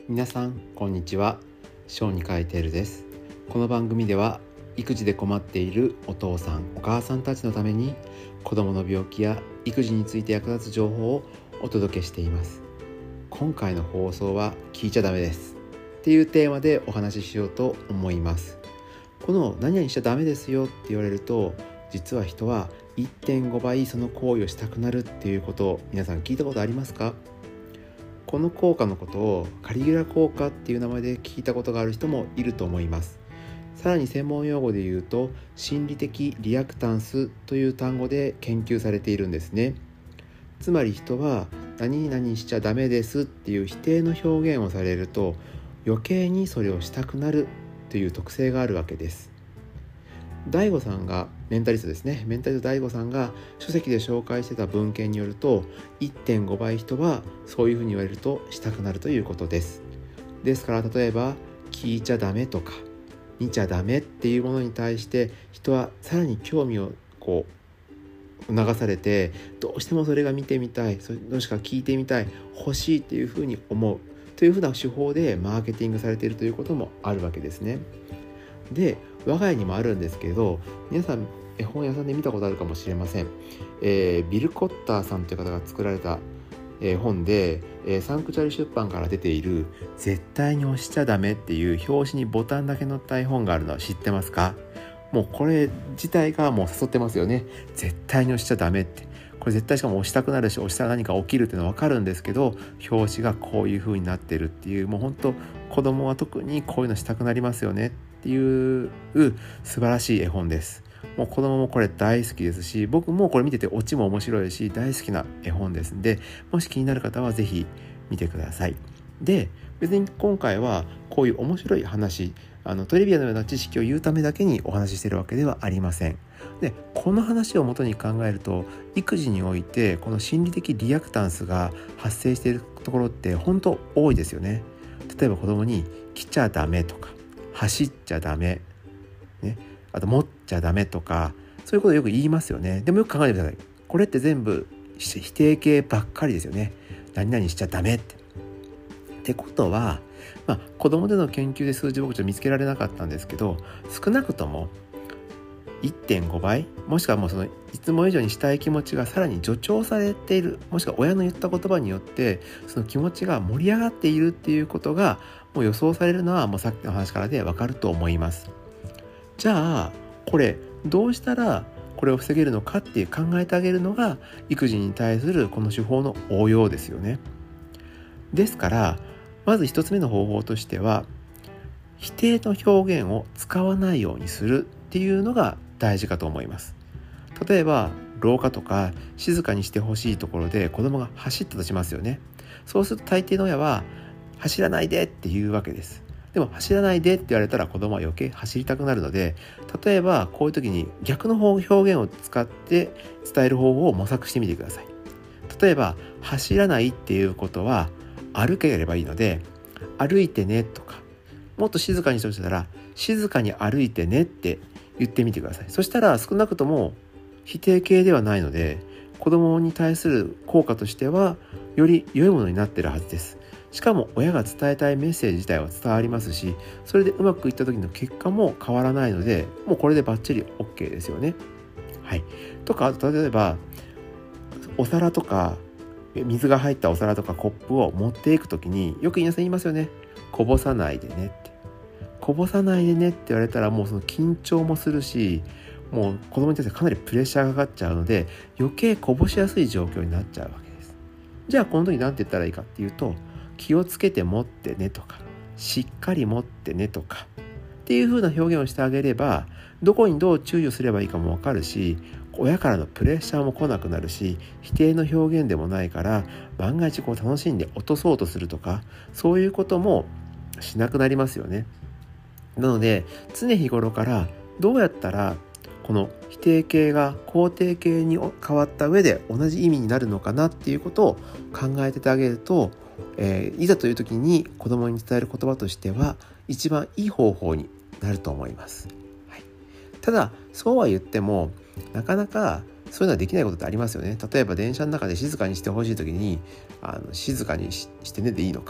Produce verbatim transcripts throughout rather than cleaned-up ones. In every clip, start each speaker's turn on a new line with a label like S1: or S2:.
S1: 皆さんこんにちは。小児科医テルです。この番組では育児で困っているお父さんお母さんたちのために子どもの病気や育児について役立つ情報をお届けしています。今回の放送は聞いちゃダメですっていうテーマでお話ししようと思います。この何々しちゃダメですよって言われると、実は人は いってんご 倍その行為をしたくなるっていうことを皆さん聞いたことありますか？この効果のことをカリギュラ効果っていう名前で聞いたことがある人もいると思います。さらに専門用語で言うと心理的リアクタンスという単語で研究されているんですね。つまり人は何々しちゃダメですっていう否定の表現をされると余計にそれをしたくなるという特性があるわけです。大悟さんがメンタリストですねメンタリスト大悟さんが書籍で紹介してた文献によると いってんご 倍人はそういうふうに言われるとしたくなるということです。ですから例えば聞いちゃダメとか見ちゃダメっていうものに対して人はさらに興味をこう促されてどうしてもそれが見てみたい、それもしくは聞いてみたい、欲しいっていうふうに思うというふうな手法でマーケティングされているということもあるわけですね。で我が家にもあるんですけど、皆さん絵本屋さんで見たことあるかもしれません。えー、ビル・コッターさんという方が作られた、えー、本で、えー、サンクチュアリ出版から出ている絶対に押しちゃダメっていう表紙にボタンだけ載った絵本があるのは知ってますか？もうこれ自体がもう誘ってますよね。絶対に押しちゃダメって、これ絶対しかも押したくなるし押したら何か起きるっていうのは分かるんですけど、表紙がこういう風になってるっていう、もう本当子供は特にこういうのしたくなりますよねっていう素晴らしい絵本です。もう子供もこれ大好きですし、僕もこれ見ててオチも面白いし大好きな絵本ですんで、もし気になる方はぜひ見てください。で別に今回はこういう面白い話、あのトリビアのような知識を言うためだけにお話ししているわけではありません。でこの話をもとに考えると、育児においてこの心理的リアクタンスが発生しているところって本当多いですよね。例えば子供に来ちゃダメとか走っちゃダメ、ね、あと持っちゃダメとか、そういうことをよく言いますよね。でもよく考えてください。これって全部否定形ばっかりですよね。何々しちゃダメってってことは、まあ、子供での研究で数字僕ちょっと見つけられなかったんですけど、少なくとも いってんご 倍、もしくはもうそのいつも以上にしたい気持ちがさらに助長されている、もしくは親の言った言葉によってその気持ちが盛り上がっているっていうことがもう予想されるのはもうさっきの話からでわかると思います。じゃあこれどうしたらこれを防げるのかっていう考えてあげるのが育児に対するこの手法の応用ですよね。ですからまず一つ目の方法としては、否定の表現を使わないようにするっていうのが大事かと思います。例えば廊下とか静かにしてほしいところで子供が走ったとしますよね。そうすると大抵の親は走らないでって言うわけです。でも走らないでって言われたら子供は余計走りたくなるので、例えばこういう時に逆の表現を使って伝える方法を模索してみてください。例えば走らないっていうことは歩ければいいので、歩いてねとか、もっと静かにしてほしいなら静かに歩いてねって言ってみてください。そしたら少なくとも否定形ではないので、子供に対する効果としてはより良いものになっているはずです。しかも親が伝えたいメッセージ自体は伝わりますし、それでうまくいった時の結果も変わらないので、もうこれでバッチリ OK ですよね。はい。とか、あと例えばお皿とか水が入ったお皿とかコップを持っていくときによく皆さん言いますよね。こぼさないでねって。こぼさないでねって言われたらもうその緊張もするし、もう子供に対してかなりプレッシャーがかかっちゃうので余計こぼしやすい状況になっちゃうわけです。じゃあこの時何て言ったらいいかっていうと、気をつけて持ってねとか、しっかり持ってねとかっていう風な表現をしてあげれば、どこにどう注意をすればいいかもわかるし、親からのプレッシャーも来なくなるし、否定の表現でもないから万が一こう楽しんで落とそうとするとか、そういうこともしなくなりますよね。なので常日頃からどうやったらこの否定形が肯定形に変わった上で同じ意味になるのかなっていうことを考えててあげると、えー、いざという時に子供に伝える言葉としては一番いい方法になると思います。はい、ただそうは言ってもなかなかそういうのはできないことってありますよね。例えば電車の中で静かにしてほしい時にあの静かに し, してねでいいのか、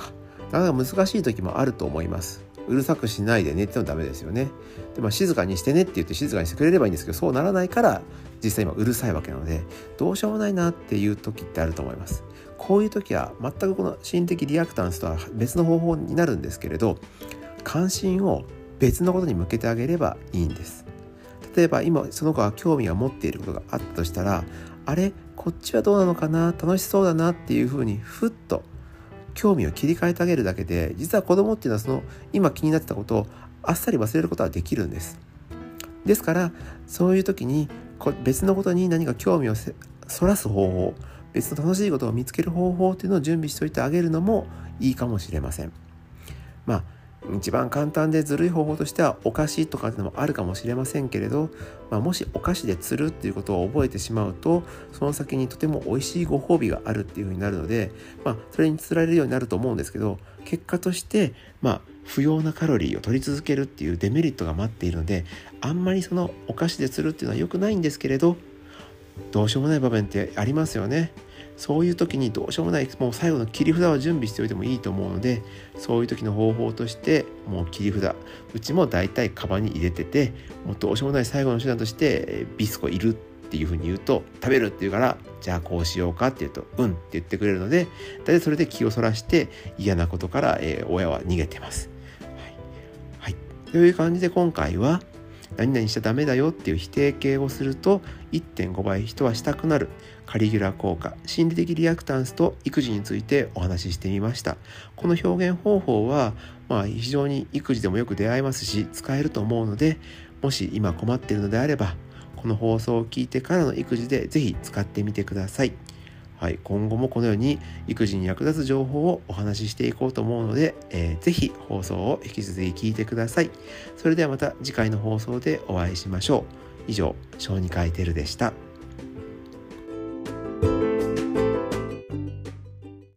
S1: なかなか難しい時もあると思います。うるさくしないでねってのはダメですよね。で、まあ、静かにしてねって言って静かにしてくれればいいんですけど、そうならないから実際今うるさいわけなので、どうしようもないなっていう時ってあると思います。こういう時は全くこの心的リアクタンスとは別の方法になるんですけれど、関心を別のことに向けてあげればいいんです。例えば今その子が興味が持っていることがあったとしたら、あれこっちはどうなのかな、楽しそうだなっていうふうにふっと興味を切り替えてあげるだけで、実は子供っていうのはその今気になってたことをあっさり忘れることはできるんです。ですからそういう時に別のことに何か興味をそらす方法、別の楽しいことを見つける方法っていうのを準備しておいてあげるのもいいかもしれません。まあ一番簡単でずるい方法としてはお菓子とかっていうのもあるかもしれませんけれど、まあ、もしお菓子で釣るっていうことを覚えてしまうと、その先にとても美味しいご褒美があるっていう風になるので、まあ、それに釣られるようになると思うんですけど、結果として、まあ、不要なカロリーを取り続けるっていうデメリットが待っているので、あんまりそのお菓子で釣るっていうのは良くないんですけれど、どうしようもない場面ってありますよね。そういう時にどうしようもない、もう最後の切り札を準備しておいてもいいと思うので、そういう時の方法としてもう切り札、うちもだいたいカバンに入れてて、もうどうしようもない最後の手段としてビスコいるっていう風に言うと、食べるって言うから、じゃあこうしようかって言うとうんって言ってくれるので、だいたいそれで気をそらして嫌なことから、えー、親は逃げてます。はい、はい、という感じで今回は何々しちゃダメだよっていう否定形をすると いってんご 倍人はしたくなるカリギュラ効果、心理的リアクタンスと育児についてお話ししてみました。この表現方法は、まあ、非常に育児でもよく出会えますし使えると思うので、もし今困っているのであればこの放送を聞いてからの育児でぜひ使ってみてください。はい、今後もこのように育児に役立つ情報をお話ししていこうと思うので、えー、ぜひ放送を引き続き聞いてください。それではまた次回の放送でお会いしましょう。以上、小児科医テルでした。